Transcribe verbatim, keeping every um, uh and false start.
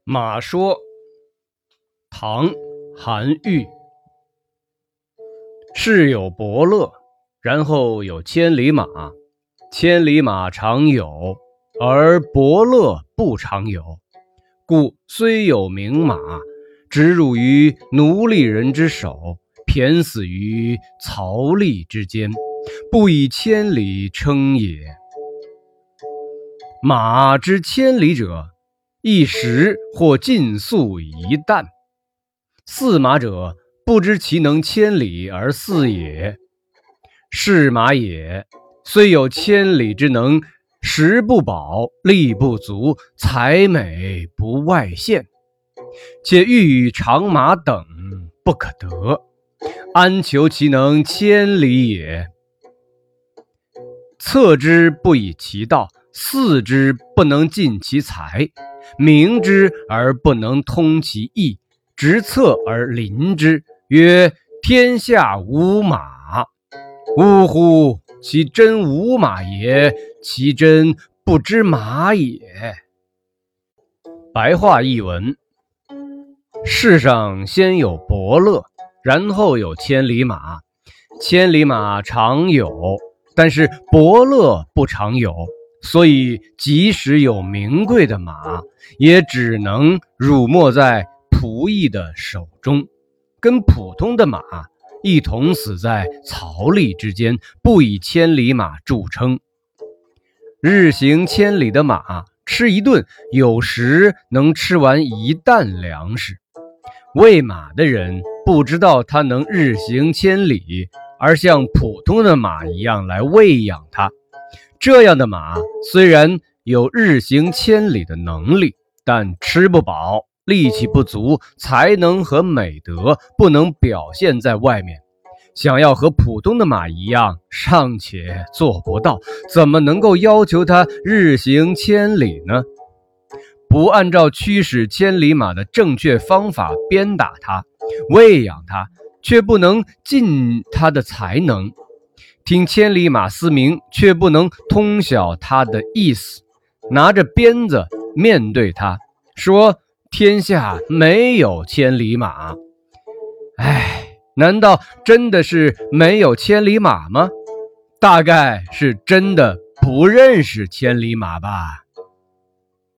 马说，唐·韩愈。世有伯乐，然后有千里马。千里马常有，而伯乐不常有。故虽有名马，直入于奴隶人之手，骈死于槽枥之间，不以千里称也。马之千里者，一时或尽粟一担。驷马者，不知其能千里而饲也。是马也，虽有千里之能，食不饱，力不足，才美不外见。且欲与长马等，不可得，安求其能千里也？策之不以其道，饲之不能尽其才，明之而不能通其意，执策而临之，曰天下无马。呜呼！其真无马也，其真不知马也。白话译文：世上先有伯乐，然后有千里马。千里马常有，但是伯乐不常有，所以即使有名贵的马，也只能辱没在仆役的手中，跟普通的马一同死在槽枥之间，不以千里马著称。日行千里的马，吃一顿有时能吃完一担粮食。喂马的人不知道它能日行千里，而像普通的马一样来喂养它。这样的马虽然有日行千里的能力，但吃不饱，力气不足，才能和美德不能表现在外面。想要和普通的马一样，尚且做不到，怎么能够要求它日行千里呢？不按照驱使千里马的正确方法鞭打它，喂养它，却不能尽它的才能；听千里马嘶鸣，却不能通晓它的意思；拿着鞭子面对它，说天下没有千里马。唉，难道真的是没有千里马吗？大概是真的不认识千里马吧。